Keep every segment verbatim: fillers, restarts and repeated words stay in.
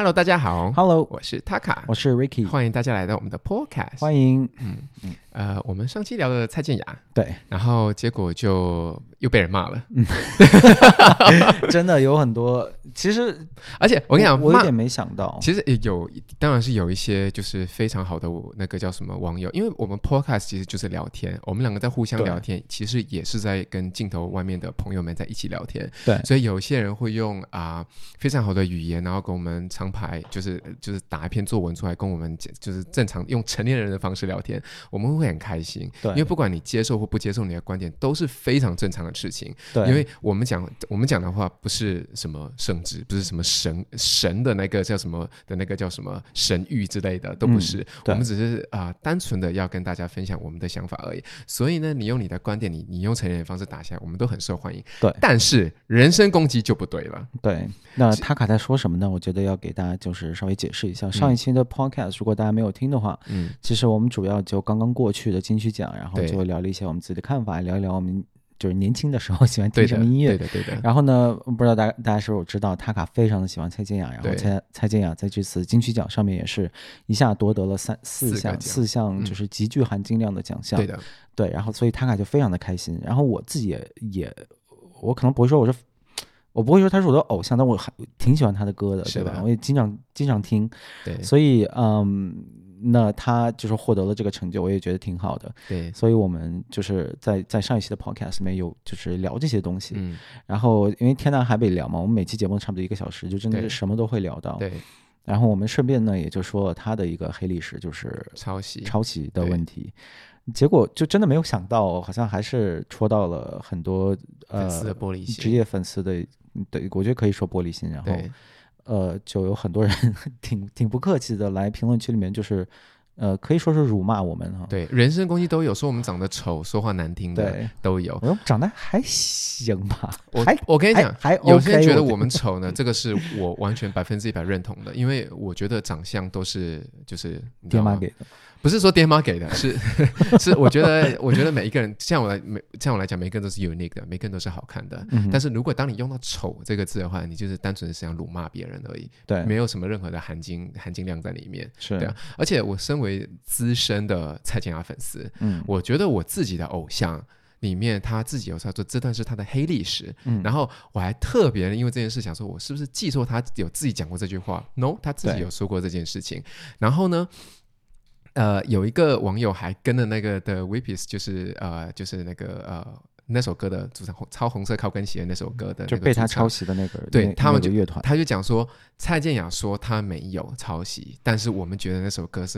Hello， 大家好 Hello， 我是 Taka， 我是 Ricky， 欢迎大家来到我们的 Podcast。 欢迎。 嗯嗯，呃，我们上期聊了蔡健雅， 对， 然后结果就又被人骂了。嗯， 真的有很多，其实而且我跟你讲， 我, 我有点没想到， 其实也有，当然是有一些就是非常好的那个叫什么网友，因为我们 Podcast 其实就是聊天，我们两个在互相聊天，其实也是在跟镜头外面的朋友们在一起聊天。 对， 所以有些人会用啊、呃、非常好的语言，然后跟我们长排，就是就是打一篇作文出来，跟我们就是正常用成年人的方式聊天，我们会很开心。对，因为不管你接受或不接受你的观点，都是非常正常的事情。对，因为我们讲我们讲的话不是什么圣旨，不是什么神神的那个叫什么的那个叫什么神谕之类的，都不是。嗯、我们只是啊、呃、单纯的要跟大家分享我们的想法而已。所以呢，你用你的观点，你你用成年人的方式打下来，我们都很受欢迎。对，但是人身攻击就不对了。 对，那塔卡在说什么呢？我觉得要给大家就是稍微解释一下。上一期的 podcast 如果大家没有听的话，嗯，其实我们主要就刚刚过去的金曲奖，然后就聊了一些我们自己的看法，聊一聊我们就是年轻的时候喜欢听什么音乐。 对的，对的。对的， 然后呢，不知道大家大家是否知道，塔卡非常的喜欢蔡健雅，然后蔡蔡健雅在这次金曲奖上面也是一下夺得了三四项四项就是极具含金量的奖项。 对的， 对，然后所以塔卡就非常的开心。然后我自己也也，我可能不会说我是。我不会说他是我的偶像，但我挺喜欢他的歌的，对吧？我也经常经常听，对，所以嗯，那他就是获得了这个成就，我也觉得挺好的，对。所以我们就是在在上一期的 podcast 里面有就是聊这些东西，嗯，然后因为天南海北聊嘛，我们每期节目差不多一个小时，就真的是什么都会聊到，对。然后我们顺便呢也就说了他的一个黑历史，就是抄袭抄袭的问题。结果就真的没有想到，好像还是戳到了很多呃粉丝的玻璃心， 职业粉丝的。对，我觉得可以说玻璃心，然后呃，就有很多人挺挺不客气的来评论区里面，就是呃，可以说是辱骂我们哈。 对，人身攻击都有，说我们长得丑、说话难听的都有。 我长得还行吧， 我我跟你讲， 还, 还有些人觉得我们丑呢，这个是我完全百分之一百认同的，因为我觉得长相都是就是爹妈给的。 不是说爹妈给的，是是，我觉得，我觉得每一个人，像我来，像我来讲，每一个人都是 unique 的，每个人都是好看的。嗯、但是如果当你用到丑这个字的话，你就是单纯的是想辱骂别人而已，对，没有什么任何的含金含金量在里面。是，对啊。而且我身为资深的蔡健雅粉丝，嗯，我觉得我自己的偶像里面，他自己有说这段是他的黑历史，嗯，然后我还特别因为这件事想说，我是不是记错他有自己讲过这句话 ？No， 他自己有说过这件事情。然后呢？呃，有一个网友还跟了那个的 Whippys， 就是呃，就是那个呃那首歌的主唱，超红色高跟鞋那首歌的那个主唱， 就被他抄袭的那个， 对他们就乐团， 他就讲说蔡健雅说他没有抄袭，但是我们觉得那首歌是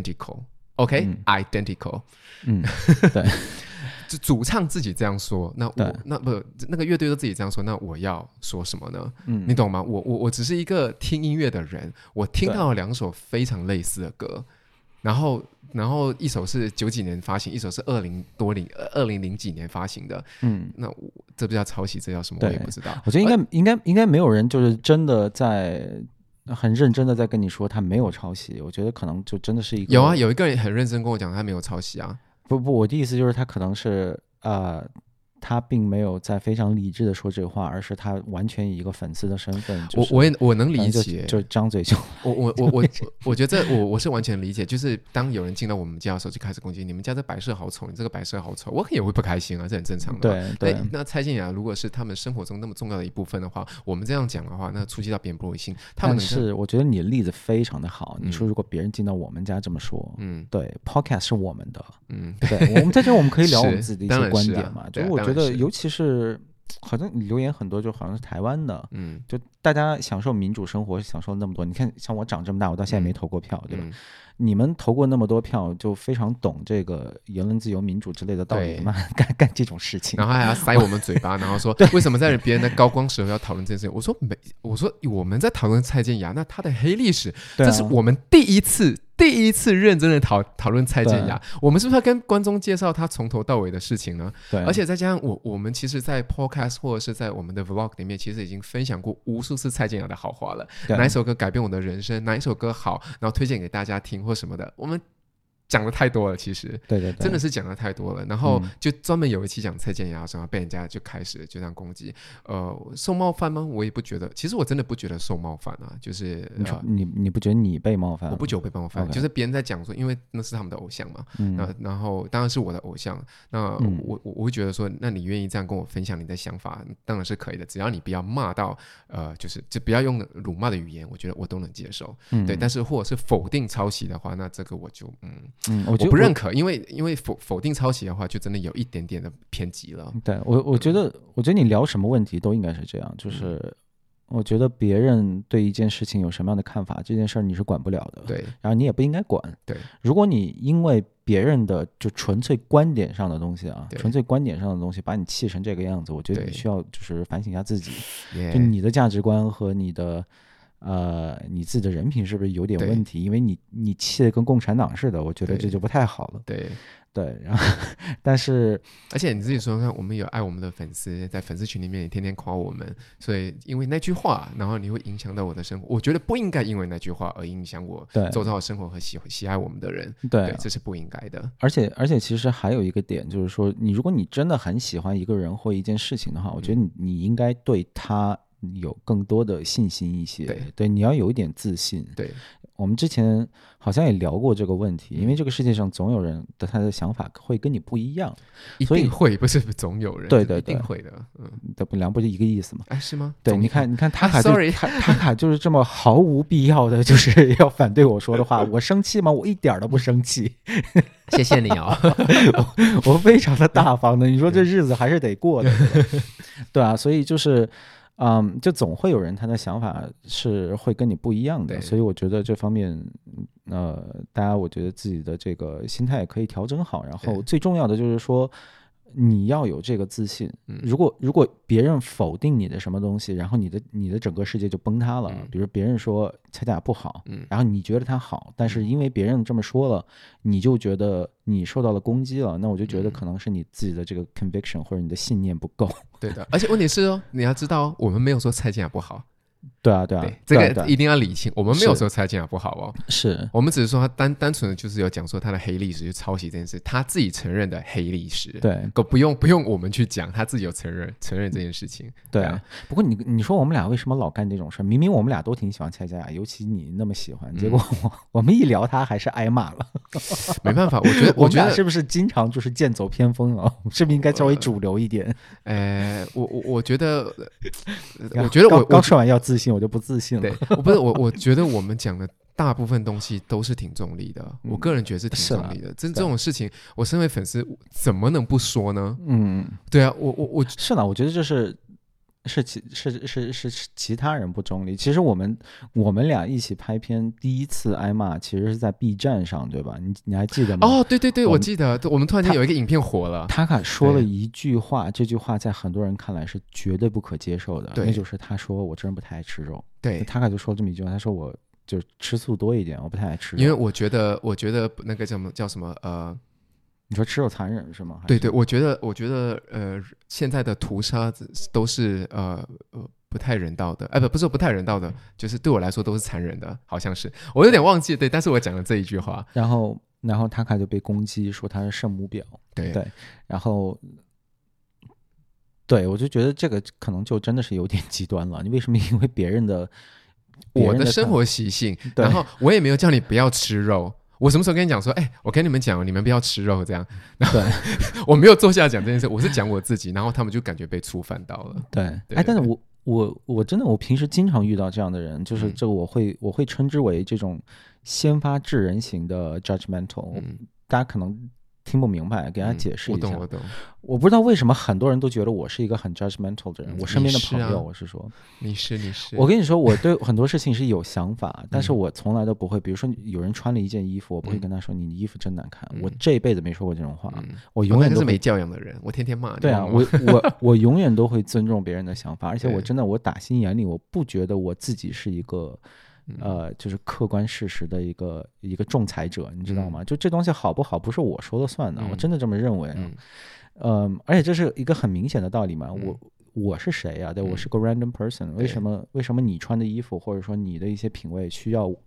identical，OK，identical， 嗯， okay? 嗯，对。 主唱自己这样说，那我那不那个乐队都自己这样说，那我要说什么呢？嗯，你懂吗？我我我只是一个听音乐的人，我听到了两首非常类似的歌。然后，然后一首是九几年发行，一首是二零多零二零零几年发行的。嗯，那我这不叫抄袭，这叫什么？我也不知道。 我觉得应该、呃、应该应该没有人就是真的在很认真的在跟你说他没有抄袭。我觉得可能就真的是一个有啊，有一个人很认真跟我讲他没有抄袭啊。 不不，我的意思就是他可能是呃。他并没有在非常理智的说这话，而是他完全以一个粉丝的身份、就是， 我我也我能理解， 就, 就张嘴就我我我我我觉得我我是完全理解，就是当有人进到我们家的时候就开始攻击你们家这摆设好丑，你这个摆设好丑，我也会不开心啊，这很正常的。对对。那蔡健雅如果是他们生活中那么重要的一部分的话，我们这样讲的话，那触及到别人玻璃心。他们但是我觉得你的例子非常的好，你说如果别人进到我们家这么说，嗯，对 ，Podcast 是我们的，嗯，对，我们在这我们可以聊我们自己的一些观点嘛，就我觉得尤其是。是，好像你留言很多，就好像是台湾的，嗯，就大家享受民主生活，享受那么多。你看，像我长这么大，我到现在没投过票，嗯、对吧？嗯、你们投过那么多票，就非常懂这个言论自由、民主之类的道理嘛，干干这种事情， 然后还要塞我们嘴巴，然后说为什么在别人的高光时候要讨论这件事情？我说没，我说我们在讨论蔡健雅，那她的黑历史，啊、这是我们第一次。第一次认真的讨讨论蔡健雅，我们是不是要跟观众介绍他从头到尾的事情呢？对，而且再加上我我们其实，在 podcast 或者是在我们的 vlog 里面，其实已经分享过无数次蔡健雅的好话了。哪一首歌改变我的人生，哪一首歌好，然后推荐给大家听或什么的，我们讲的太多了，其实对对对， 真的是讲的太多了。然后就专门有一期讲蔡健雅，然后被人家就开始就这样攻击。呃，受冒犯吗？我也不觉得，其实我真的不觉得受冒犯啊。就是你、呃、你你不觉得你被冒犯？ 我不觉得我被冒犯， okay. 就是别人在讲说，因为那是他们的偶像嘛。嗯、那然后当然是我的偶像，那我、嗯、我我会觉得说，那你愿意这样跟我分享你的想法，当然是可以的，只要你不要骂到呃，就是就不要用辱骂的语言，我觉得我都能接受。嗯、对，但是或者是否定抄袭的话，那这个我就嗯。嗯，我, 我不认可，因为因为 否, 否定抄袭的话，就真的有一点点的偏激了。 对我，我觉得，我觉得你聊什么问题都应该是这样，就是我觉得别人对一件事情有什么样的看法，这件事儿你是管不了的。 对， 然后你也不应该管。 对， 如果你因为别人的就纯粹观点上的东西啊，纯粹观点上的东西把你气成这个样子，我觉得你需要就是反省一下自己，就你的价值观和你的。呃，你自己的人品是不是有点问题？因为你你气得跟共产党似的，我觉得这就不太好了。 对对，然后但是而且你自己说看，我们有爱我们的粉丝，在粉丝群里面也天天夸我们，所以因为那句话，然后你会影响到我的生活。我觉得不应该因为那句话而影响我周遭的生活和喜喜爱我们的人。 对， 对，这是不应该的。 而且而且其实还有一个点就是说，你如果你真的很喜欢一个人或一件事情的话，我觉得你、嗯、你应该对他。有更多的信心一些， 对, 对，你要有一点自信。 对， 我们之前好像也聊过这个问题，因为这个世界上总有人的他的想法会跟你不一样， 一定会，不是总有人， 对对对， 一定会的，嗯， 这不两不是一个意思吗？ 哎，是吗？ 对，你看，你看，塔卡、啊、 ，sorry， 塔卡就是这么毫无必要的，就是要反对我说的话，我生气吗？我一点都不生气。 谢谢你哦我，我非常的大方的。你说这日子还是得过的，对, 对啊，所以就是。嗯，就总会有人他的想法是会跟你不一样的，所以我觉得这方面，呃，大家我觉得自己的这个心态也可以调整好，然后最重要的就是说，你要有这个自信。如果如果别人否定你的什么东西，然后你的你的整个世界就崩塌了。比如别人说蔡健雅不好，然后你觉得他好，但是因为别人这么说了，你就觉得你受到了攻击了，那我就觉得可能是你自己的这个 conviction 或者你的信念不够。 对的，而且问题是哦，你要知道，我们没有说蔡健雅不好。 对啊，对啊， 对，这个一定要理清。我们没有说蔡健雅不好哦， 是我们只是说他单单纯的就是有讲说他的黑历史就抄袭这件事，他自己承认的黑历史。 对， 不用不用我们去讲，他自己有承认承认这件事情。 对啊，不过你你说我们俩为什么老干这种事？明明我们俩都挺喜欢蔡健雅，尤其你那么喜欢，结果我、嗯、我们一聊他还是挨骂了。 没办法，我觉得我们俩是不是经常就是剑走偏锋啊？是不是应该稍微主流一点？ 呃，我我我觉得，我觉得我刚说完要自信，我就不自信了。 对，我不是我，我觉得我们讲的大部分东西都是挺中立的，嗯、我个人觉得是挺中立的。这这种事情，我身为粉丝怎么能不说呢？嗯，对啊，我我我是呢，我觉得这是是其是是是是其他人不中立。其实我们我们俩一起拍片，第一次挨骂其实是在 B 站上，对吧？你你还记得吗？ 哦，对对对，我, 我记得，我们突然间有一个影片火了。 塔卡说了一句话，这句话在很多人看来是绝对不可接受的，那就是他说我真不太爱吃肉。 对， 塔卡就说这么一句话，他说我就吃素多一点，我不太爱吃肉。 因为我觉得，我觉得那个叫什么叫什么呃。 你说吃肉残忍是吗？ 对对，我觉得，我觉得，呃，现在的屠杀都是呃呃不太人道的，哎、呃，不，不是不太人道的，就是对我来说都是残忍的，好像是，我有点忘记，对，但是我讲了这一句话， 然后，然后塔卡就被攻击说他是圣母婊， 对对，然后，对我就觉得这个可能就真的是有点极端了，你为什么因为别人的， 别人的我的生活习性，然后我也没有叫你不要吃肉。我什么时候跟你讲说，哎、欸，我跟你们讲，你们不要吃肉这样。对，我没有坐下讲这件事，我是讲我自己，然后他们就感觉被触犯到了。 对，哎、欸，但是我我我真的我平时经常遇到这样的人，就是这个我会、嗯、我会称之为这种先发制人型的 judgmental，、嗯、大家可能听不明白，给大家解释一下。 嗯、我懂我懂。 我不知道为什么很多人都觉得我是一个很 judgmental 的人，我身边的朋友、啊、我是说你是你是我跟你说我对很多事情是有想法但是我从来都不会比如说有人穿了一件衣服我不会跟他说、嗯、你的衣服真难看、嗯、我这辈子没说过这种话、嗯、我永远都是没教养的人我天天骂对啊我我我永远都会尊重别人的想法而且我真的我打心眼里我不觉得我自己是一个呃，就是客观事实的一个一个仲裁者，你知道吗？嗯、就这东西好不好，不是我说了算的，嗯、我真的这么认为、啊。嗯，呃、而且这是一个很明显的道理嘛。嗯、我我是谁啊？对，我是个 random person，、嗯、为什么为什么你穿的衣服或者说你的一些品味需要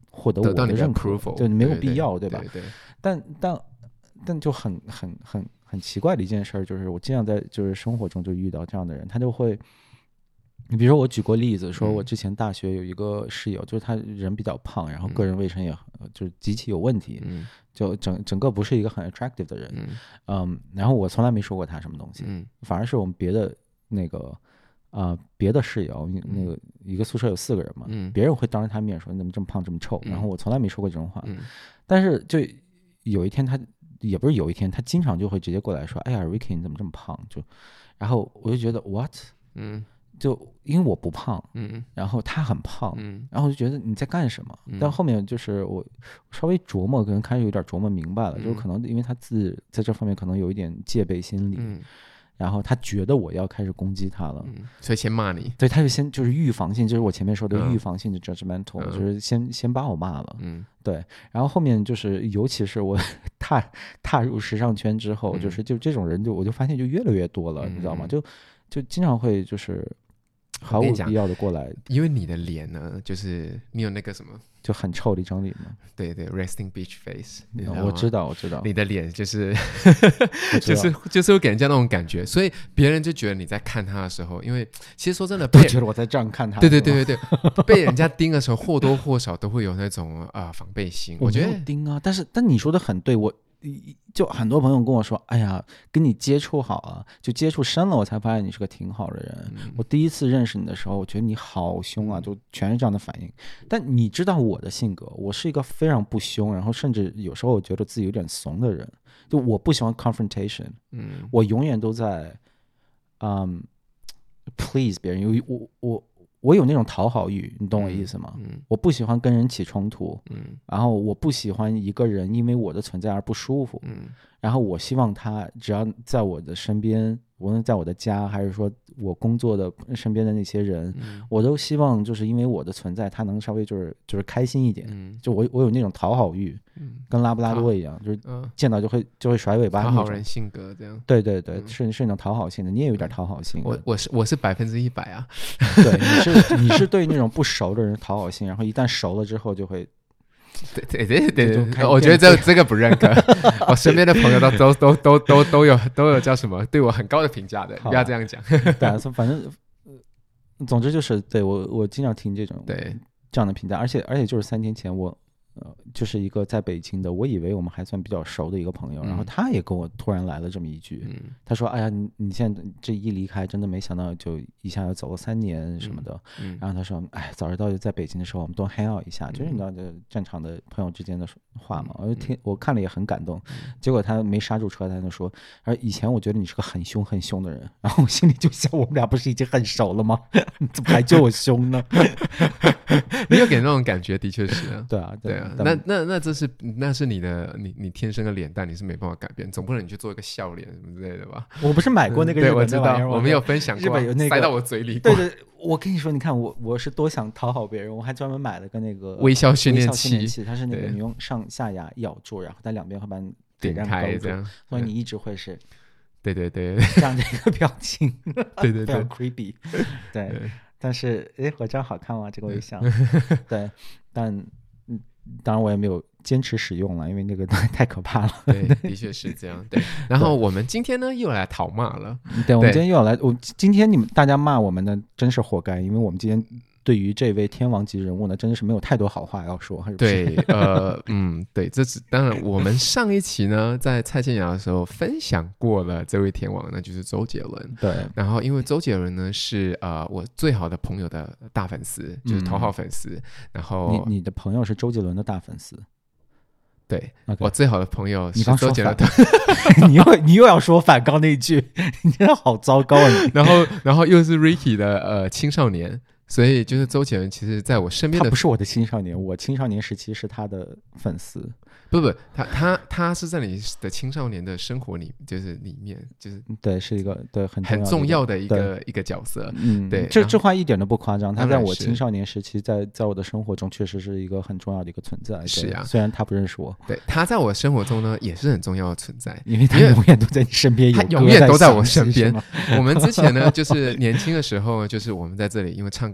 获得我的认可，对，没有必要， 对吧？ 对对对但但但就很很很很奇怪的一件事就是我经常在就是生活中就遇到这样的人，他就会。你比如说，我举过例子，说我之前大学有一个室友，嗯、就是他人比较胖，然后个人卫生也就是极其有问题，嗯、就整整个不是一个很 attractive 的人，嗯, 嗯，然后我从来没说过他什么东西，嗯、反而是我们别的那个啊、呃、别的室友，那个一个宿舍有四个人嘛，嗯、别人会当着他面说你怎么这么胖这么臭，嗯、然后我从来没说过这种话，嗯、但是就有一天他也不是有一天，他经常就会直接过来说，哎呀 Ricky 你怎么这么胖，就然后我就觉得 what， 嗯。就因为我不胖，嗯，然后他很胖，嗯，然后我就觉得你在干什么？嗯、但后面就是我稍微琢磨，可能开始有点琢磨明白了，嗯、就是可能因为他自在这方面可能有一点戒备心理，嗯，然后他觉得我要开始攻击他了， 嗯、所以先骂你， 对，他就先就是预防性，就是我前面说的预防性的 judgmental，、嗯、就是先先把我骂了，嗯，对，然后后面就是尤其是我踏踏入时尚圈之后，嗯、就是就这种人就我就发现就越来越多了，嗯、你知道吗？就就经常会就是。毫无必要的过来， 因为你的脸呢，就是你有那个什么， 就很臭的一张脸嘛。 对对 ，resting beach face， 我知道，我知道， 你的脸就是就是就是会给人家那种感觉，所以别人就觉得你在看他的时候，因为其实说真的， 都觉得我在这样看他。 对对对对对，被人家盯的时候，或多或少都会有那种啊、呃、防备心。 我觉得盯啊，但是但你说的很对，我。就很多朋友跟我说，哎呀，跟你接触好了，就接触深了，我才发现你是个挺好的人。嗯、我第一次认识你的时候，我觉得你好凶啊，就全是这样的反应。但你知道我的性格，我是一个非常不凶，然后甚至有时候我觉得自己有点怂的人。就我不喜欢 confrontation，嗯，我永远都在，嗯 ，please 别人，因为我我。我有那种讨好欲，你懂我意思吗？嗯嗯、我不喜欢跟人起冲突，嗯、然后我不喜欢一个人因为我的存在而不舒服，嗯、然后我希望他只要在我的身边，无论在我的家还是说我工作的身边的那些人，嗯、我都希望就是因为我的存在，他能稍微就是就是开心一点。嗯、就我我有那种讨好欲，嗯、跟拉布拉多一样，就是见到就会就会甩尾巴那种。 讨好人性格这样。 对对对，嗯、是是那种讨好性的，你也有点讨好性的。 我我是我是百分之一百啊。 对，你是你是对那种不熟的人讨好性，然后一旦熟了之后就会。 对对对对对，我觉得这这个不认可。我身边的朋友都都都都都都有都有叫什么对我很高的评价的，不要这样讲。 对啊，反正总之就是对我我经常听这种对这样的评价，而且而且就是三天前我。呃，就是一个在北京的，我以为我们还算比较熟的一个朋友，嗯、然后他也跟我突然来了这么一句，嗯、他说：“哎呀，你你现在这一离开，真的没想到就一下要走了三年什么的。嗯”嗯、然后他说：“哎，早知道就在北京的时候，我们多 hang out 一下，嗯、就是你知道，这正常的朋友之间的话嘛。”我就听我看了也很感动，嗯、结果他没刹住车，他就说：“而以前我觉得你是个很凶很凶的人。”然后我心里就想，我们俩不是已经很熟了吗？你怎么还叫我凶呢？ 你有给那种感觉，的确是啊。 对啊， 对啊。那那那这是那是你的你你天生的脸蛋，你是没办法改变，总不能你去做一个笑脸什么之类的吧？ 我不是买过那个日本的玩意儿， 我们有分享过， 日本有那个塞到我嘴里过。 对对，我跟你说，你看我我是多想讨好别人，我还专门买了个那个微笑训练器，它是那个你用上下牙咬住，然后它两边会把你点开这样， 所以你一直会是。 对对对， 这样的一个表情， 对对对， 非常 creepy， 对。对但是，哎，我这样好看吗？这个微笑，对，但嗯，当然我也没有坚持使用了，因为那个太可怕了。 对，的确是这样。对，然后我们今天呢又来讨骂了。 对，我们今天又要来，我今天你们大家骂我们呢，真是活该，因为我们今天。对于这位天王级人物呢，真的是没有太多好话要说，还是不是？ 对，呃，嗯，对，这是当然。我们上一期呢，在蔡健雅的时候分享过了这位天王，那就是周杰伦。 对， 然后因为周杰伦呢是呃我最好的朋友的大粉丝，就是头号粉丝。嗯、然后你你的朋友是周杰伦的大粉丝。 对， okay, 我最好的朋友是周杰伦的。 你又你又要说反刚那一句，你真的好糟糕啊！你然后然后又是 Ricky 的呃青少年。所以就是周杰伦，其实在我身边的他不是我的青少年，我青少年时期是他的粉丝。 不不，他他他是在你的青少年的生活里，就是里面，就是对，是一个对很很重要的一个一个角色。 嗯， 对， 这这话一点都不夸张。他在我青少年时期，在在我的生活中确实是一个很重要的一个存在。 是啊， 虽然他不认识我， 对，他在我生活中呢也是很重要的存在， 因为他永远都在你身边， 他永远都在我身边。我们之前呢，就是年轻的时候，就是我们在这里，因为唱歌。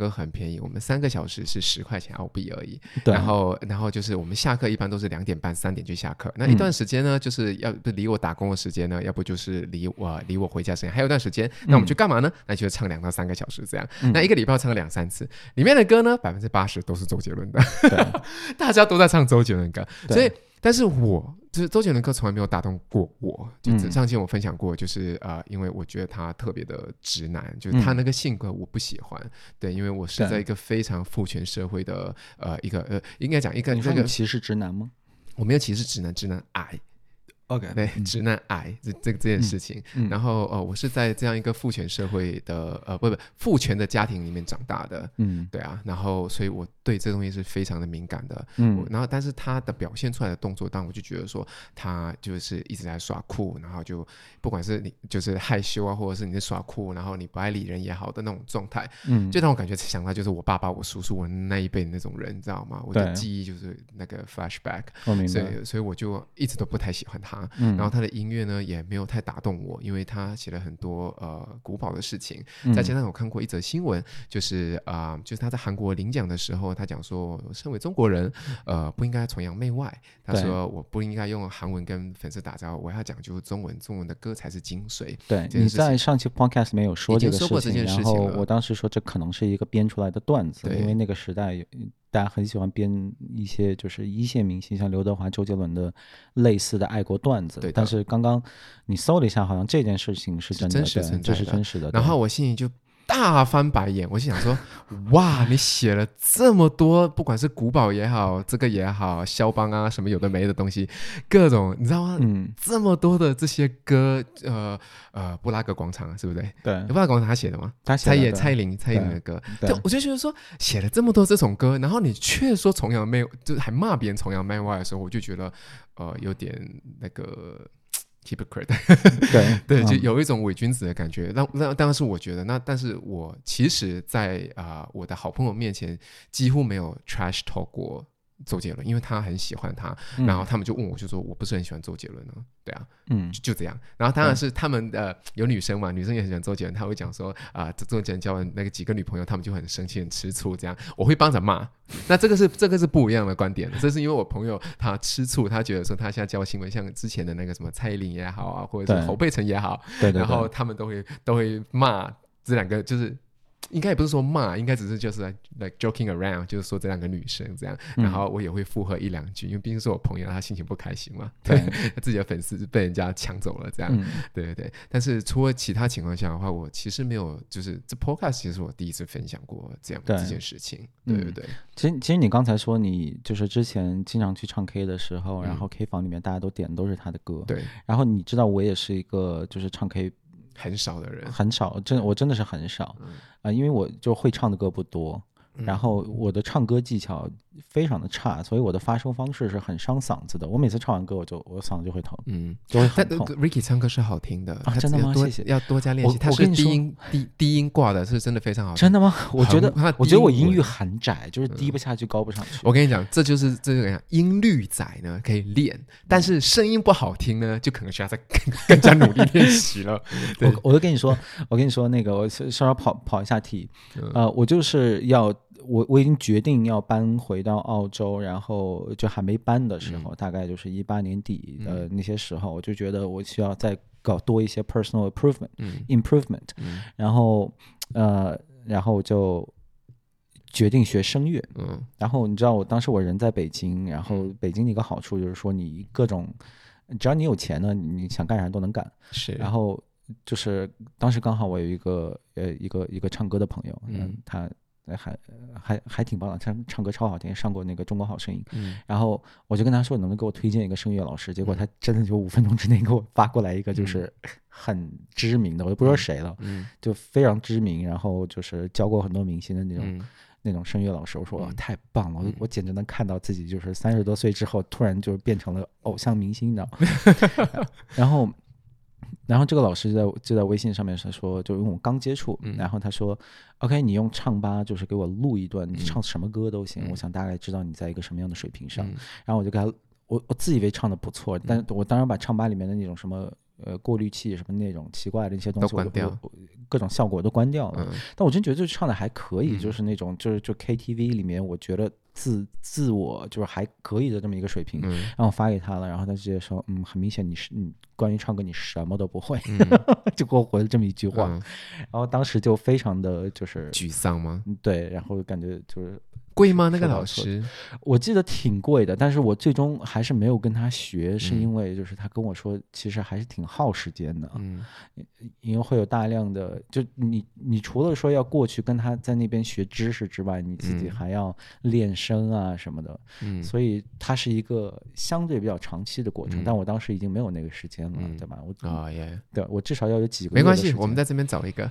歌很便宜，我们三个小时是十块钱澳币而已。 对， 然后然后就是我们下课一般都是两点半三点就下课，那一段时间呢，嗯、就是要离我打工的时间呢，要不就是离我离我回家时间，还有一段时间，那我们去干嘛呢？嗯、那就是唱两到三个小时这样。嗯、那一个礼拜唱两三次，里面的歌呢，百分之八十都是周杰伦的，大家都在唱周杰伦歌，所以。但是我就是周杰伦歌从来没有打动过我，就上期我分享过，就是呃，因为我觉得他特别的直男，就是他那个性格我不喜欢，嗯、对，因为我是在一个非常父权社会的呃一个呃，应该讲一个你说你歧视直男吗？ 我没有歧视直男，直男癌。OK， 对，嗯、直男癌这这这件事情，嗯嗯、然后呃，我是在这样一个父权社会的呃，不不，父权的家庭里面长大的，嗯，对啊，然后所以我对这东西是非常的敏感的，嗯，然后但是他的表现出来的动作，当然我就觉得说他就是一直在耍酷，然后就不管是你就是害羞啊，或者是你在耍酷，然后你不爱理人也好的那种状态，嗯，就让我感觉想到就是我爸爸、我叔叔我那一辈的那种人，你知道吗？我的记忆就是那个 flashback， 所以所以我就一直都不太喜欢他。嗯、然后他的音乐呢也没有太打动我，因为他写了很多呃古堡的事情，再加上我看过一则新闻，就是啊、呃，就是他在韩国领奖的时候，他讲说，身为中国人，呃，不应该崇洋媚外。他说我不应该用韩文跟粉丝打招呼，我要讲究中文，中文的歌才是精髓。 对，你在上期 podcast 没有说这个事情， 已经说过这件事情了。 然后我当时说这可能是一个编出来的段子，因为那个时代。大家很喜欢编一些就是一线明星像刘德华、周杰伦的类似的爱国段子，但是刚刚你搜了一下，好像这件事情是真的， 真实存在的， 这是真实的。 然后我心里就大翻白眼，我心想说，哇，你写了这么多，不管是古堡也好，这个也好，肖邦啊什么有的没的东西，各种你知道吗？嗯，这么多的这些歌，呃呃，布拉格广场是不是？ 对， 布拉格广场他写的吗？ 他写的， 蔡依蔡依林蔡依林的歌，对，我就觉得说写了这么多这种歌，然后你却说崇洋媚，就是还骂别人崇洋媚外的时候，我就觉得呃有点那个。hypocrite 对对，就有一种伪君子的感觉。那那当然是我觉得，那但是我其实在，在、呃、啊我的好朋友面前几乎没有 trash talk 过周杰伦，因为他很喜欢他，嗯、然后他们就问我，就说我不是很喜欢周杰伦呢，对啊，嗯，就, 就这样。然后当然是他们呃有女生嘛，女生也很喜欢周杰伦，他会讲说啊，这、呃、周杰伦交完那个几个女朋友，他们就很生气、很吃醋，这样我会帮着骂。那这个是这个是不一样的观点，这是因为我朋友他吃醋，他觉得说他现在教新闻，像之前的那个什么蔡依林也好啊，或者是侯佩岑也好， 对对对， 然后他们都会都会骂这两个，就是。应该也不是说骂，应该只是就是 like, like joking around， 就是说这两个女生这样，然后我也会附和一两句，因为毕竟是我朋友，他心情不开心嘛，对，他自己的粉丝被人家抢走了这样，嗯、对对对。但是除了其他情况下的话，我其实没有，就是这 podcast 其实我第一次分享过这样这件事情，对对对。嗯、 其实其实你刚才说你就是之前经常去唱 K 的时候，然后 K 房里面大家都点的都是他的歌， 对。 然后你知道我也是一个就是唱 K。 很少的人， 很少，真我真的是很少，嗯呃、因为我就会唱的歌不多，嗯、然后我的唱歌技巧非常的差，所以我的发声方式是很伤嗓子的。我每次唱完歌，我就我嗓子就会疼，嗯，就会很痛。 但 Ricky 唱歌是好听的啊，真的吗？谢谢， 要多加练习。他是低音低低音挂的，是真的非常好听。 真的吗？我觉得我觉得我音域很窄，就是低不下去，高不上去。 我跟你讲，这就是这就讲音律窄呢可以练，但是声音不好听呢，就可能需要再更更加努力练习了。 我我就跟你说，我跟你说那个，我稍稍跑跑一下题，呃，我就是要。我我已经决定要搬回到澳洲，然后就还没搬的时候，嗯、大概就是一八年底的那些时候，嗯、我就觉得我需要再搞多一些 personal improvement，嗯、improvement，嗯、然后呃，然后就决定学声乐。嗯，然后你知道我当时我人在北京，然后北京的一个好处就是说你各种只要你有钱呢，你想干啥都能干。 是， 然后就是当时刚好我有一个呃一个一个唱歌的朋友，嗯，他。还还还挺棒的，唱唱歌超好听，上过那个中国好声音。嗯，然后我就跟他说，能不能给我推荐一个声乐老师？结果他真的就五分钟之内给我发过来一个，就是很知名的，我就不说谁了，嗯，就非常知名，然后就是教过很多明星的那种、嗯、那种声乐老师。我说、嗯、太棒了，我我简直能看到自己就是三十多岁之后突然就变成了偶像明星，你知道吗？然后。然后这个老师在就在微信上面说，就因为我刚接触，嗯、然后他说 OK 你用唱吧就是给我录一段，你唱什么歌都行、嗯、我想大概知道你在一个什么样的水平上、嗯、然后我就给他我我自以为唱的不错，但是我当然把唱吧里面的那种什么呃过滤器什么那种奇怪的一些东西都关掉， 各种效果都关掉了。 嗯、 但我真觉得就唱的还可以， 嗯、 就是那种就是就 K T V 里面我觉得自自我就是还可以的这么一个水平。 嗯、 然后我发给他了，然后他直接说，嗯，很明显你是你关于唱歌你什么都不会， 嗯、 就给我回了这么一句话。 嗯、 然后当时就非常的就是沮丧吗？ 对，然后感觉就是贵吗？那个老师我记得挺贵的，但是我最终还是没有跟他学，是因为就是他跟我说其实还是挺耗时间的。 嗯， 因为会有大量的就你你除了说要过去跟他在那边学知识之外，你自己还要练声啊什么的。嗯，所以它是一个相对比较长期的过程。嗯、但我当时已经没有那个时间了，嗯、对吧？我啊耶， oh, yeah. 对，我至少要有几个月。没关系，我们在这边找一个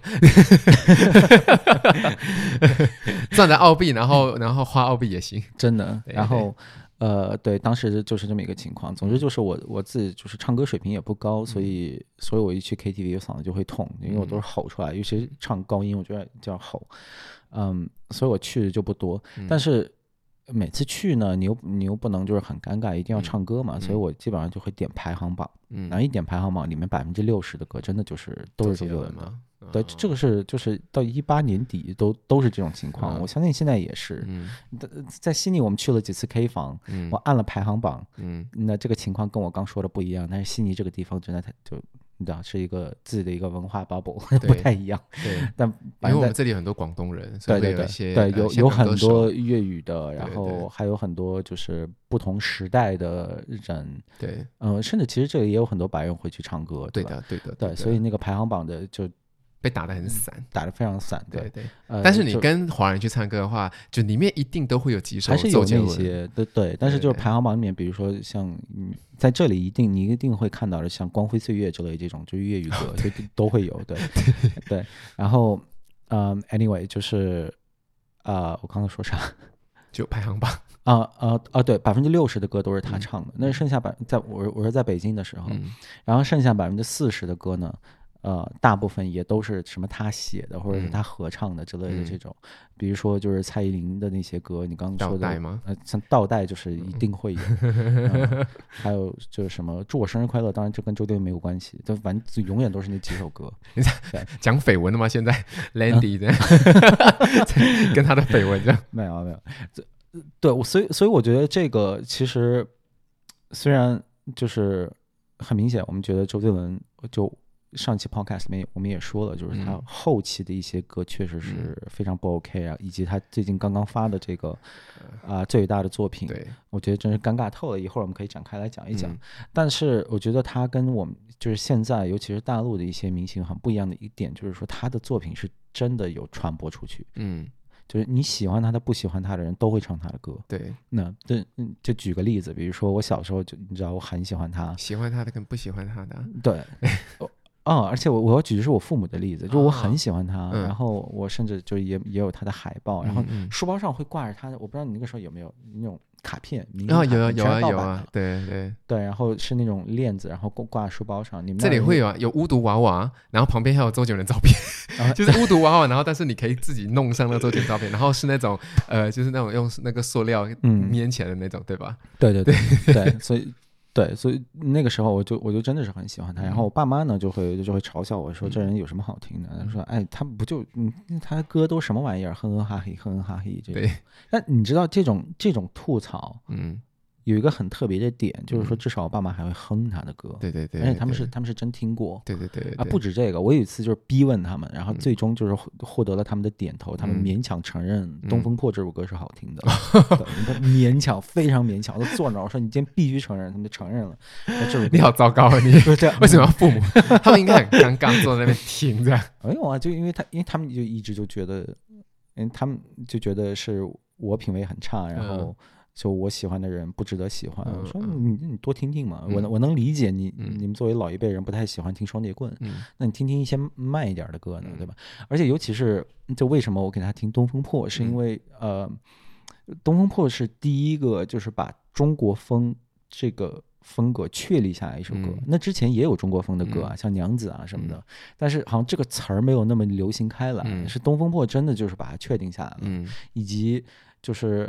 赚的澳币，然后然后花澳币也行， 真的。然后呃，对，当时就是这么一个情况。总之就是我我自己就是唱歌水平也不高，嗯、所以所以我一去 K T V 我嗓子就会痛，因为我都是吼出来，嗯、尤其是唱高音，我觉得就要吼。嗯，所以我去的就不多，嗯、但是每次去呢，你又你又不能就是很尴尬，一定要唱歌嘛，嗯、所以我基本上就会点排行榜。嗯，然后一点排行榜里面百分之六十的歌真的就是都是周杰伦的。对，这个是就是到一八年底都都是这种情况，嗯、我相信现在也是。嗯，在悉尼我们去了几次 K 房，嗯、我按了排行榜，嗯，那这个情况跟我刚说的不一样，但是悉尼这个地方真的它就你知道是一个自己的一个文化 bubble， 不太一样。 对， 但因为我们这里有很多广东人，所以对对有一些对，有、 呃、 有很多粤语的， 对对对， 然后还有很多就是不同时代的人。 对， 嗯、呃，甚至其实这里也有很多白人会去唱歌， 对吧？ 的对的 对, 对, 对，所以那个排行榜的就。 被打得很散， 打得非常散，对对, 对、 呃、 但是你跟华人去唱歌的话，就里面一定都会有几首还是有那些，对对。但是就是排行榜里面，比如说像嗯，在这里一定你一定会看到的，像《光辉岁月》之类这种，就是粤语歌，就都会有，对对。然后嗯 ，anyway， 就是啊、呃，我刚刚说啥？ 就排行榜啊啊啊！对，百分之六十的歌都是他唱的，嗯、那剩下百在我我是在北京的时候，嗯、然后剩下百分之四十的歌呢。呃，大部分也都是什么他写的，或者是他合唱的之类的这种，嗯、比如说就是蔡依林的那些歌，你刚刚说的， 倒带吗？ 呃，像倒带就是一定会有，嗯呃、还有就是什么祝我生日快乐，当然这跟周杰伦没有关系，就反正永远都是那几首歌。 讲绯闻的吗？现在 Landy 这样，嗯、跟他的绯闻这样， 没有没有，对，所以所以我觉得这个其实虽然就是很明显，我们觉得周杰伦就。上期 podcast 里面我们也说了，就是他后期的一些歌确实是非常不 OK 啊，嗯、以及他最近刚刚发的这个啊、呃、最伟大的作品， 对， 我觉得真是尴尬透了。一会儿我们可以展开来讲一讲。 嗯、 但是我觉得他跟我们就是现在，尤其是大陆的一些明星很不一样的一点，就是说他的作品是真的有传播出去。 嗯。 就是你喜欢他的不喜欢他的人都会唱他的歌。 对， 那这就举个例子，比如说我小时候就你知道我很喜欢他， 喜欢他的跟不喜欢他的， 对。嗯，而且我我要举的是我父母的例子，就我很喜欢他，啊、然后我甚至就也也有他的海报，嗯、然后书包上会挂着他的，我不知道你那个时候有没有那种卡片， 啊、哦、有啊有啊有啊，对对对，然后是那种链子，然后挂书包上。你们这里会有啊，有巫毒娃娃，然后旁边还有周杰伦照片，就是巫毒娃娃，然后但是你可以自己弄上那个周杰伦照片，然后是那种呃，就是那种用那个塑料粘起来的那种，嗯、对吧？ 对对对对，所以。对，所以那个时候我就我就真的是很喜欢他，然后我爸妈呢就会就会嘲笑我说这人有什么好听的？他说哎，他不就嗯，他的歌都什么玩意儿，哼哼哈嘿，哼哼哈嘿这种。 对， 但你知道这种这种吐槽， 嗯。 有一个很特别的点，就是说至少我爸妈还会哼他的歌， 对对对， 而且他们是他们是真听过， 对对对啊，不止这个，我有一次就是逼问他们，然后最终就是获得了他们的点头，他们勉强承认《东风破》这首歌是好听的，勉强非常勉强，我都坐那我说你今天必须承认，他们就承认了。 你好糟糕啊你！为什么要父母？他们应该很尴尬，坐在那边听着。 没有啊，就因为他因为他们就一直就觉得，嗯，他们就觉得是我品味很差，然后。就我喜欢的人不值得喜欢，嗯、我说你你多听听嘛，嗯、我我能理解你、嗯、你们作为老一辈人不太喜欢听双截棍，嗯、那你听听一些慢一点的歌呢，嗯、对吧？而且尤其是就为什么我给他听《东风破》，是因为、嗯、呃，《东风破》是第一个就是把中国风这个风格确立下来一首歌，嗯、那之前也有中国风的歌啊，嗯、像娘子啊什么的，嗯、但是好像这个词儿没有那么流行开来，嗯、是《东风破》真的就是把它确定下来了，嗯、以及就是。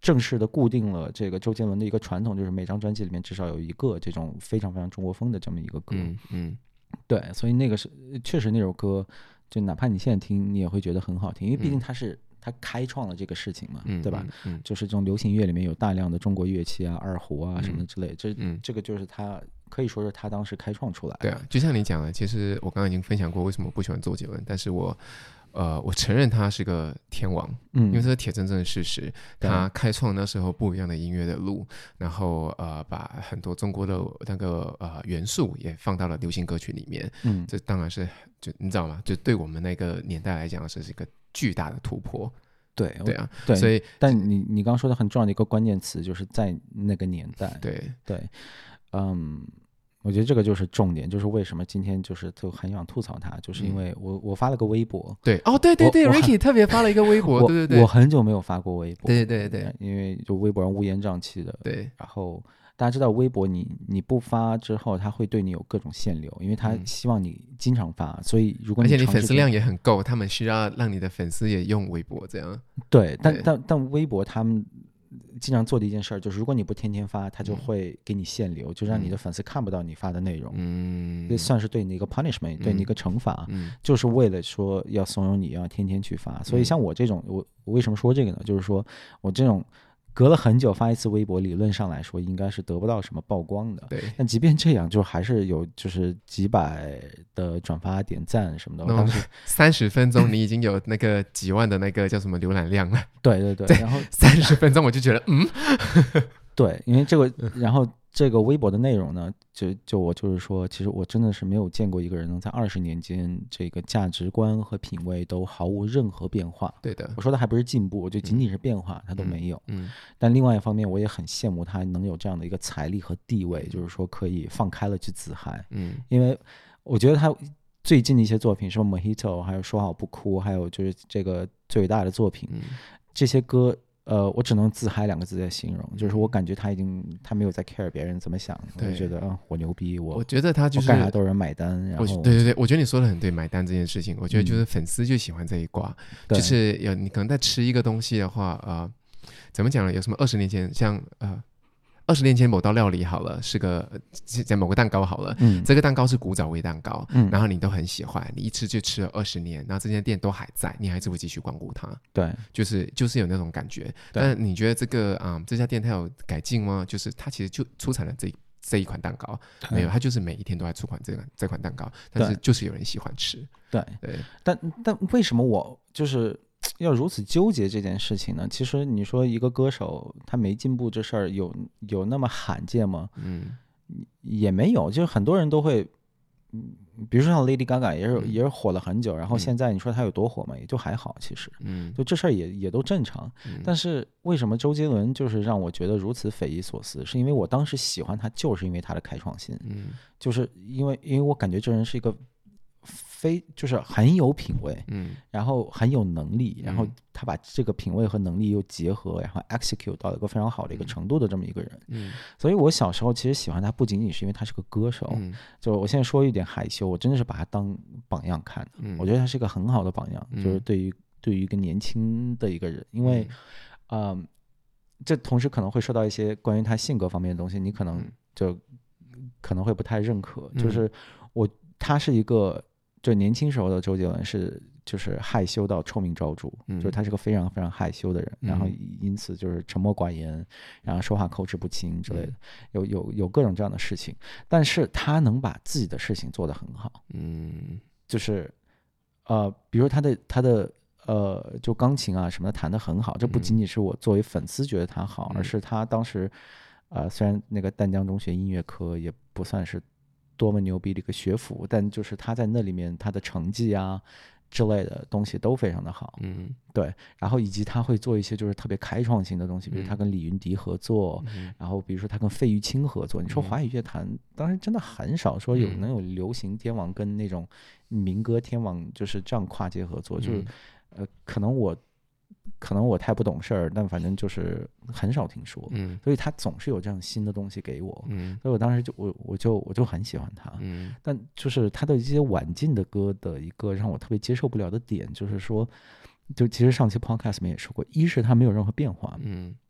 正式的固定了这个周杰伦的一个传统，就是每张专辑里面至少有一个这种非常非常中国风的这么一个歌。 嗯嗯， 对，所以那个是确实那首歌，就哪怕你现在听，你也会觉得很好听，因为毕竟它是、嗯、它开创了这个事情嘛， 嗯、 对吧、 嗯嗯？ 就是这种流行乐里面有大量的中国乐器啊、二胡啊什么之类的，这、 嗯、 这个就是他可以说是他当时开创出来的。 对啊，就像你讲的，其实我刚刚已经分享过为什么我不喜欢周杰伦，但是我。呃，我承认他是个天王，嗯，因为这是铁铮铮的事实。他开创那时候不一样的音乐的路，然后呃，把很多中国的那个呃元素也放到了流行歌曲里面，嗯，这当然是就你知道吗？就对我们那个年代来讲，这是一个巨大的突破。 对对啊， 对， 所以但你你刚刚说的很重要的一个关键词，就是在那个年代， 对对，嗯。我觉得这个就是重点，就是为什么今天就是就很想吐槽他，就是因为我、嗯、我发了个微博， 对哦，对对对 ，Ricky 特别发了一个微博，对对对， 我很久没有发过微博， 对对对对， 因为就微博上乌烟瘴气的， 对， 然后大家知道微博你你不发之后，他会对你有各种限流，因为他希望你经常发，嗯、所以如果你而且你粉丝量也很够，他们需要让你的粉丝也用微博这样， 对，但但但微博他们。经常做的一件事就是如果你不天天发，他就会给你限流、嗯、就让你的粉丝看不到你发的内容，嗯，这算是对你一个 punishment、嗯、对你一个惩罚、嗯、就是为了说要怂恿你要天天去发，所以像我这种我我为什么说这个呢，就是说我这种隔了很久发一次微博，理论上来说应该是得不到什么曝光的。 对， 但即便这样，就还是有就是几百的转发、点赞什么的。我当时三十分钟，你已经有那个几万的那个叫什么浏览量了。 对对对，然后三十分钟我就觉得嗯， 对，因为这个，然后这个微博的内容呢，就就我就是说，其实我真的是没有见过一个人能在二十年间，这个价值观和品味都毫无任何变化。 对的， 我说的还不是进步，就仅仅是变化，他、嗯、都没有。 嗯。 但另外一方面，我也很羡慕他能有这样的一个财力和地位，就是说可以放开了去自嗨。嗯。因为我觉得他最近的一些作品，什么 Mojito， 还有说好不哭，还有就是这个最伟大的作品，嗯、这些歌。呃，我只能自嗨两个字来形容，就是我感觉他已经他没有在 care 别人怎么想，我就觉得啊，我牛逼，我我觉得他就是干啥都有人买单，然后对对对，我觉得你说的很对，买单这件事情，我觉得就是粉丝就喜欢这一挂，嗯、就是有你可能在吃一个东西的话，呃，怎么讲呢？有什么二十年前像呃。二十年前某道料理好了，是个在某个蛋糕好了，嗯，这个蛋糕是古早味蛋糕，嗯，然后你都很喜欢，你一吃就吃了二十年，然后这间店都还在，你还是会继续光顾它， 对， 就是就是有那种感觉。但你觉得这个啊、嗯、这家店它有改进吗？就是它其实就出产了这这一款蛋糕，没有，它就是每一天都在出款这个这款蛋糕，但是就是有人喜欢吃， 对对，但但为什么我就是要如此纠结这件事情呢？其实你说一个歌手他没进步这事儿有有那么罕见吗？嗯，也没有，就是很多人都会，比如说像 Lady Gaga 也是、嗯、也是火了很久，然后现在你说他有多火嘛，也就还好，其实，嗯，就这事儿也也都正常、嗯。但是为什么周杰伦就是让我觉得如此匪夷所思？是因为我当时喜欢他，就是因为他的开创性，嗯，就是因为因为我感觉这人是一个。非就是很有品味，嗯，然后很有能力，然后他把这个品味和能力又结合，然后 execute 到一个非常好的一个程度的这么一个人，嗯，所以我小时候其实喜欢他不仅仅是因为他是个歌手，嗯，就我现在说一点害羞，我真的是把他当榜样看的，嗯，我觉得他是一个很好的榜样，嗯，就是对于对于一个年轻的一个人，因为，嗯，呃、这同时可能会说到一些关于他性格方面的东西，你可能就可能会不太认可，嗯，就是我他是一个。就年轻时候的周杰伦是就是害羞到臭名昭著，嗯，就是他是个非常非常害羞的人，嗯，然后因此就是沉默寡言，然后说话口齿不清之类的，嗯，有有有各种这样的事情，但是他能把自己的事情做得很好，嗯，就是呃，比如他的他的呃，就钢琴啊什么的弹得很好，这不仅仅是我作为粉丝觉得他好，嗯，而是他当时呃，虽然那个淡江中学音乐科也不算是。多么牛逼的一个学府，但就是他在那里面他的成绩啊之类的东西都非常的好，嗯，对，然后以及他会做一些就是特别开创性的东西，比如他跟李云迪合作，嗯，然后比如说他跟费玉清合作，你说华语乐坛当时真的很少说有能有流行天王跟那种民歌天王就是这样跨界合作，嗯，就是呃可能我可能我太不懂事儿，但反正就是很少听说，嗯，所以他总是有这样新的东西给我，嗯，所以我当时就我我就我就很喜欢他，嗯，但就是他的一些晚近的歌的一个让我特别接受不了的点，就是说，就其实上期 podcast 里面也说过，一是他没有任何变化，嗯，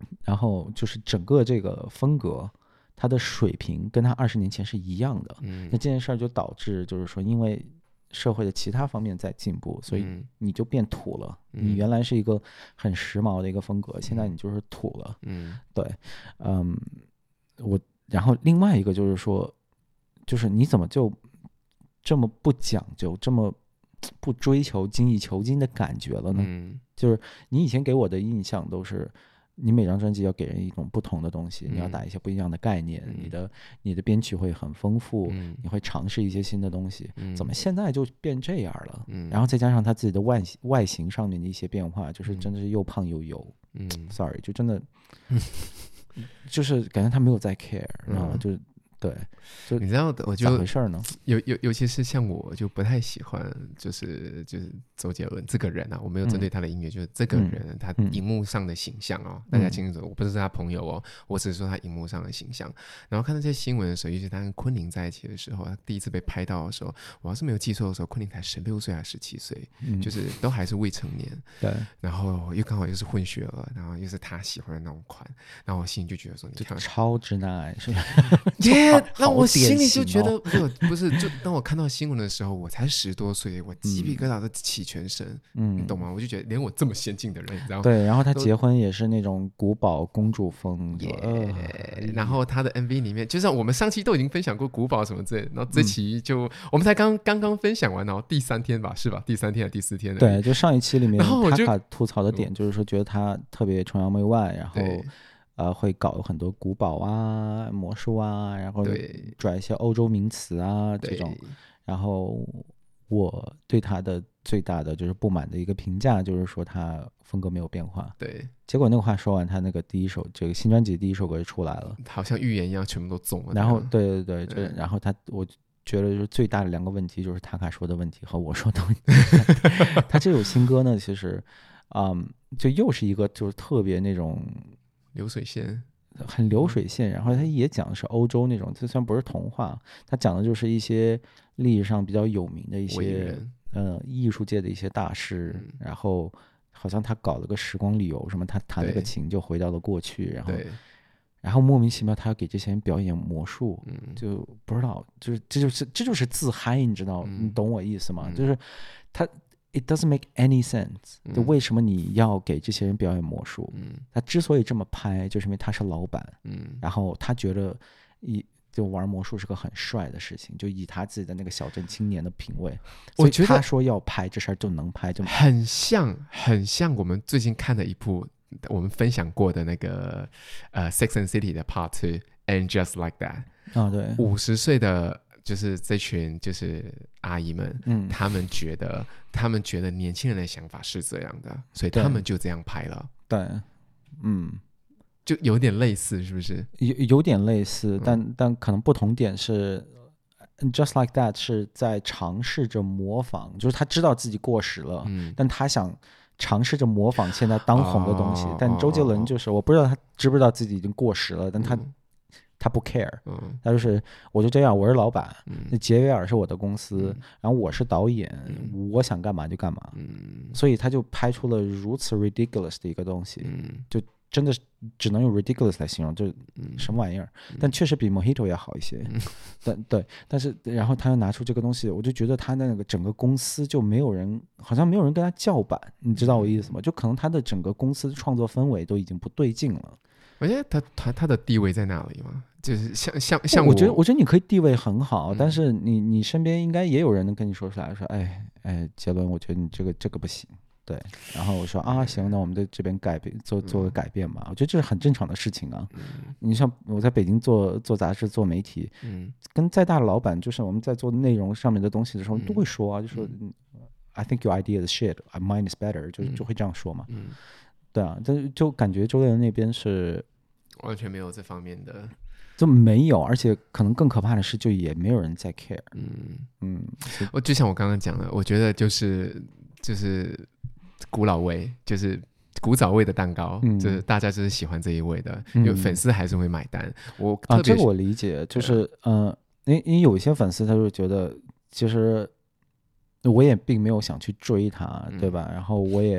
然后就是整个这个风格，它的水平跟他二十年前是一样的。 嗯， 那这件事儿就导致就是说，因为社会的其他方面在进步，所以你就变土了。 嗯、 你原来是一个很时髦的一个风格，现在你就是土了。 嗯， 对，嗯，我然后另外一个就是说，就是你怎么就这么不讲究，这么不追求精益求精的感觉了呢？ 嗯， 就是你以前给我的印象都是，你每张专辑要给人一种不同的东西， 嗯、 你要打一些不一样的概念， 嗯、 你的你的编曲会很丰富， 嗯、 你会尝试一些新的东西。 嗯、 怎么现在就变这样了？ 嗯、 然后再加上他自己的外外形上面的一些变化，就是真的是又胖又油。 嗯 ，sorry， 就真的，就是感觉他没有在 care，然后就。对，就你知道，我就咋回事呢？ 尤尤尤其是像我，就不太喜欢，就是就是周杰伦这个人啊，我没有针对他的音乐，嗯、就是这个人、嗯、他荧幕上的形象哦，嗯、大家清楚，我不是他朋友哦，我只是说他荧幕上的形象。然后看到这些新闻的时候，尤其他跟昆凌在一起的时候，他第一次被拍到的时候，我要是没有记错的时候，昆凌才十六岁还是十七岁，嗯、就是都还是未成年。 对， 然后又刚好又是混血儿，然后又是他喜欢的那种款，然后我心里就觉得说，你看， 超直男癌是吧？ 让我心里就觉得不是不是，就当我看到新闻的时候，我才十多岁，我鸡皮疙瘩都起全身，嗯，你懂吗？我就觉得连我这么先进的人，你知道吗？ 对，然后他结婚也是那种古堡公主风， 耶、呃。然后他的 M V 里面，就像我们上期都已经分享过古堡什么之类的，然后这期就、嗯、我们才刚刚刚分享完，然后第三天吧，是吧？第三天还是第四天？ 对，就上一期里面，塔卡吐槽的点就是说，觉得他特别崇洋媚外，然后。呃，会搞很多古堡啊、魔术啊，然后拽一些欧洲名词啊这种。然后我对他的最大的就是不满的一个评价，就是说他风格没有变化。 对。 结果那个话说完，他那个第一首这个新专辑第一首歌就出来了， 好像预言一样，全部都中了。 然后，对对对，就然后他我觉得就是最大的两个问题，就是塔卡说的问题和我说的问题。他这首新歌呢，其实，嗯，就又是一个就是特别那种。 流水线， 很流水线，然后他也讲的是欧洲那种，这虽然不是童话，他讲的就是一些历史上比较有名的一些呃艺术界的一些大师，嗯、然后好像他搞了个时光旅游，什么他弹了个琴就回到了过去，然后然后莫名其妙他要给这些人表演魔术，嗯、就不知道，就是这就是这就是自嗨，你知道，嗯、你懂我意思吗？嗯、就是他。It doesn't make any sense，嗯、就为什么你要给这些人表演魔术？嗯、他之所以这么拍，就是因为他是老板，嗯、然后他觉得一就玩魔术是个很帅的事情，就以他自己的那个小镇青年的品味，我觉得他说要拍这事儿就能拍，就很像很像我们最近看的一部我们分享过的那个呃《Sex and City》的 Part Two and Just Like That。 啊、哦，对， 五十岁的。就是这群就是阿姨们，嗯，他们觉得他们觉得年轻人的想法是这样的，所以他们就这样拍了。 对，嗯， 就有点类似，是不是？ 有有点类似，但、嗯、但可能不同点是 ，Just Like That 是在尝试着模仿，就是他知道自己过时了，嗯，但他想尝试着模仿现在当红的东西。哦、但周杰伦就是、哦、我不知道他知不知道自己已经过时了，但他。嗯他不 care，、嗯、他就是我就这样，我是老板，那、嗯、杰维尔是我的公司，嗯、然后我是导演，嗯、我想干嘛就干嘛，嗯、所以他就拍出了如此 ridiculous 的一个东西，嗯、就真的只能用 ridiculous 来形容，就什么玩意儿，嗯、但确实比 Mojito 要好一些，嗯、但对，但是然后他又拿出这个东西，我就觉得他那个整个公司就没有人，好像没有人跟他叫板，你知道我意思吗？就可能他的整个公司创作氛围都已经不对劲了。 我觉得他他他的地位在那里嘛，就是像像像 我, 我觉得我觉得你可以地位很好，嗯、但是你你身边应该也有人能跟你说出来，说哎哎杰伦，我觉得你这个这个不行，对，然后我说啊行，那我们在这边改变做做个改变嘛，嗯、我觉得这是很正常的事情啊。嗯、你像我在北京做做杂志做媒体，嗯，跟再大的老板，就是我们在做内容上面的东西的时候，嗯、都会說啊，就說、嗯、I think your idea is shit, mine is better， 就就會這樣說嘛。嗯，對啊，就就感覺周杰倫那邊是。 完全沒有這方面的， 就沒有，而且可能更可怕的是，就也沒有人在 care。嗯嗯，我就像我剛剛講的，我覺得就是就是古老味，就是古早味的蛋糕，嗯、就是大家就是喜歡這一味的，因為粉絲還是會買單。我特別啊，這個我理解，就是嗯，因、呃、因為有一些粉絲他就覺得，其實我也並沒有想去追他，對吧？嗯、然後我也。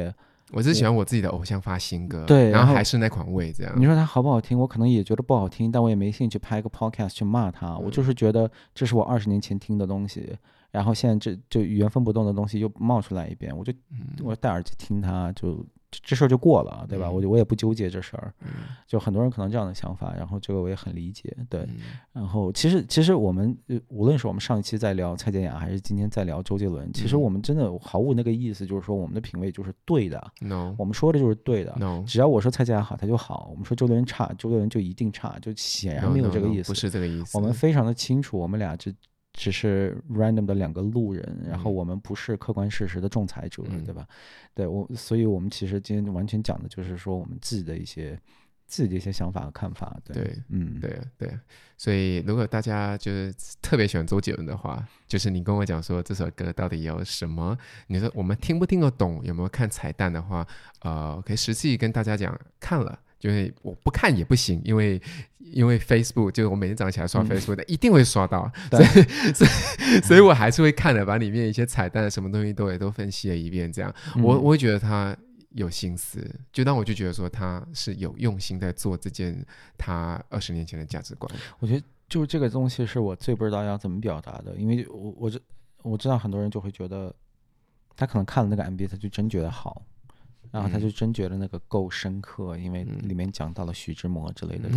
我只喜欢我自己的偶像发新歌， 对， 然后还是那款味这样。 你说他好不好听，我可能也觉得不好听，但我也没兴趣拍一个 podcast 去骂他、嗯、我就是觉得这是我二十年前听的东西，然后现在这就原封不动的东西又冒出来一遍，我就、嗯、我戴耳机听它，就这事儿就过了，对吧？嗯、我我也不纠结这事儿、嗯，就很多人可能这样的想法，然后这个我也很理解，对。嗯、然后其实其实我们无论是我们上一期在聊蔡健雅，还是今天在聊周杰伦，其实我们真的毫无那个意思，就是说我们的品味就是对的 ，no， 我们说的就是对的 ，no， 只要我说蔡健雅好，他就好；我们说周杰伦差，周杰伦就一定差，就显然没有这个意思， no, no, no, 不是这个意思。 我们非常的清楚，我们俩只只是 random 的两个路人，然后我们不是客观事实的仲裁者，嗯、对吧？对我，所以我们其实今天完全讲的就是说我们自己的一些自己的一些想法和看法。对， 对嗯， 对对。所以如果大家就是特别喜欢周杰伦的话，就是你跟我讲说这首歌到底有什么，你说我们听不听得懂，有没有看彩蛋的话，呃，可以实际跟大家讲看了。就是我不看也不行，因为因为 Facebook 就是我每天早上起来刷 Facebook 的、嗯、一定会刷到，所以所以所以我还是会看的，把里面一些彩蛋什么东西都也都分析了一遍，这样、嗯、我我会觉得他有心思，就让我就觉得说他是有用心在做这件他二十年前的价值观。 我觉得就是这个东西是我最不知道要怎么表达的，因为我我知我知道很多人就会觉得他可能看了那个 M V 他就真觉得好。然后他就真觉得那个够深刻、嗯、因为里面讲到了徐志摩之类的、嗯、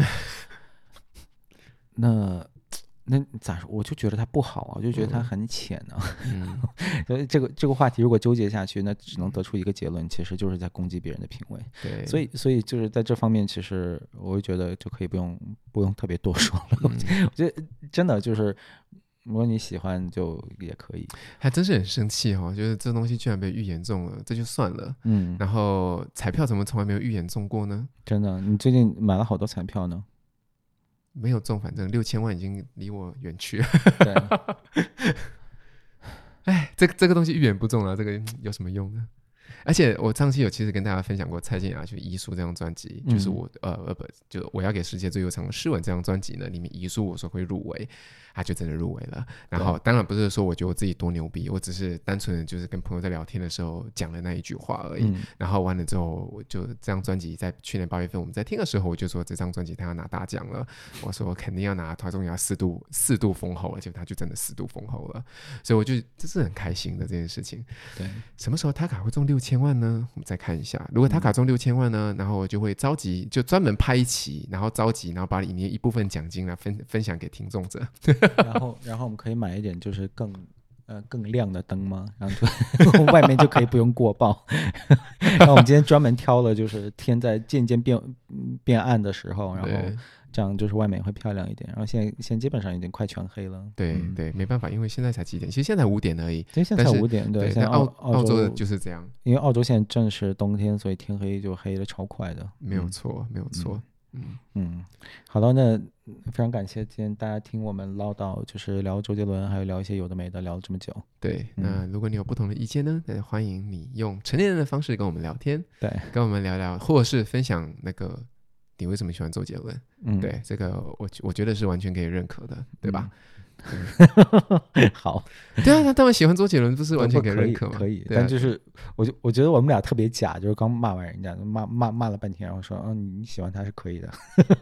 那那咋说，我就觉得他不好啊，我就觉得他很浅啊、嗯、所以这个这个话题如果纠结下去，那只能得出一个结论，其实就是在攻击别人的品味。 对， 所以所以就是在这方面，其实我会觉得就可以不用不用特别多说了、嗯、我觉得真的就是如果你喜欢就也可以。 还真是很生气哦，就是这东西居然被预言中了，这就算了，嗯，然后彩票怎么从来没有预言中过呢？ 真的，你最近买了好多彩票呢？ 没有中，反正六千万已经离我远去了。 对， 哎，这个这个东西预言不中了，这个有什么用呢？而且我上期有其实跟大家分享过蔡健雅就遗书这张专辑、嗯、就是我呃呃不就我要给世界最悠长的诗吻这张专辑呢，里面遗书我说会入围，他就真的入围了。然后当然不是说我觉得我自己多牛逼，我只是单纯的就是跟朋友在聊天的时候讲了那一句话而已、嗯、然后完了之后我就这张专辑在去年八月份我们在听的时候，我就说这张专辑他要拿大奖了，我说我肯定要拿，他终于要四度四度封侯了，结果他就真的四度封侯了，所以我就这是很开心的这件事情。 对， 什么时候他卡会中六千万呢？我们再看一下，如果他卡中六千万呢、嗯、然后我就会召集，就专门拍一期，然后召集，然后把里面一部分奖金来 分, 分享给听众者。 然后然后我们可以买一点就是更呃更亮的灯吗？然后就外面就可以不用过曝。然后我们今天专门挑了就是天在渐渐变变暗的时候，然后这样就是外面会漂亮一点。然后现在现在基本上已经快全黑了。 对、嗯、对，没办法，因为现在才几点？其实现在五点而已。 对，现在才五点。对， 对， 现在澳澳洲的就是这样。 因为澳洲现在正是冬天，所以天黑就黑的超快的。 没有错，没有错。 嗯嗯，好了，那非常感谢今天大家听我们唠叨，就是聊周杰伦，还有聊一些有的没的，聊了这么久。 对，那如果你有不同的意见呢，那欢迎你用成年人的方式跟我们聊天， 对，跟我们聊聊，或者是分享那个你为什么喜欢周杰伦。嗯，对，这个我我觉得是完全可以认可的，对吧？嗯好， 对啊，他当然喜欢周杰伦，不是完全可以认可吗？ 可以，可以、啊，但就是我就我觉得我们俩特别假，就是刚骂完人家，骂骂骂了半天，然后说，嗯，你喜欢他是可以的。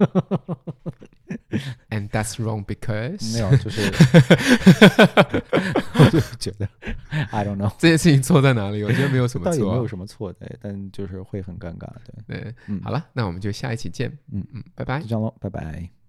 And that's wrong because 没有，就是我就觉得 I don't know 这件事情错在哪里？我觉得没有什么错、啊， 倒也没有什么错的，但就是会很尴尬。对对，嗯，好了，那我们就下一期见。 嗯嗯，拜拜，就这样咯，拜拜。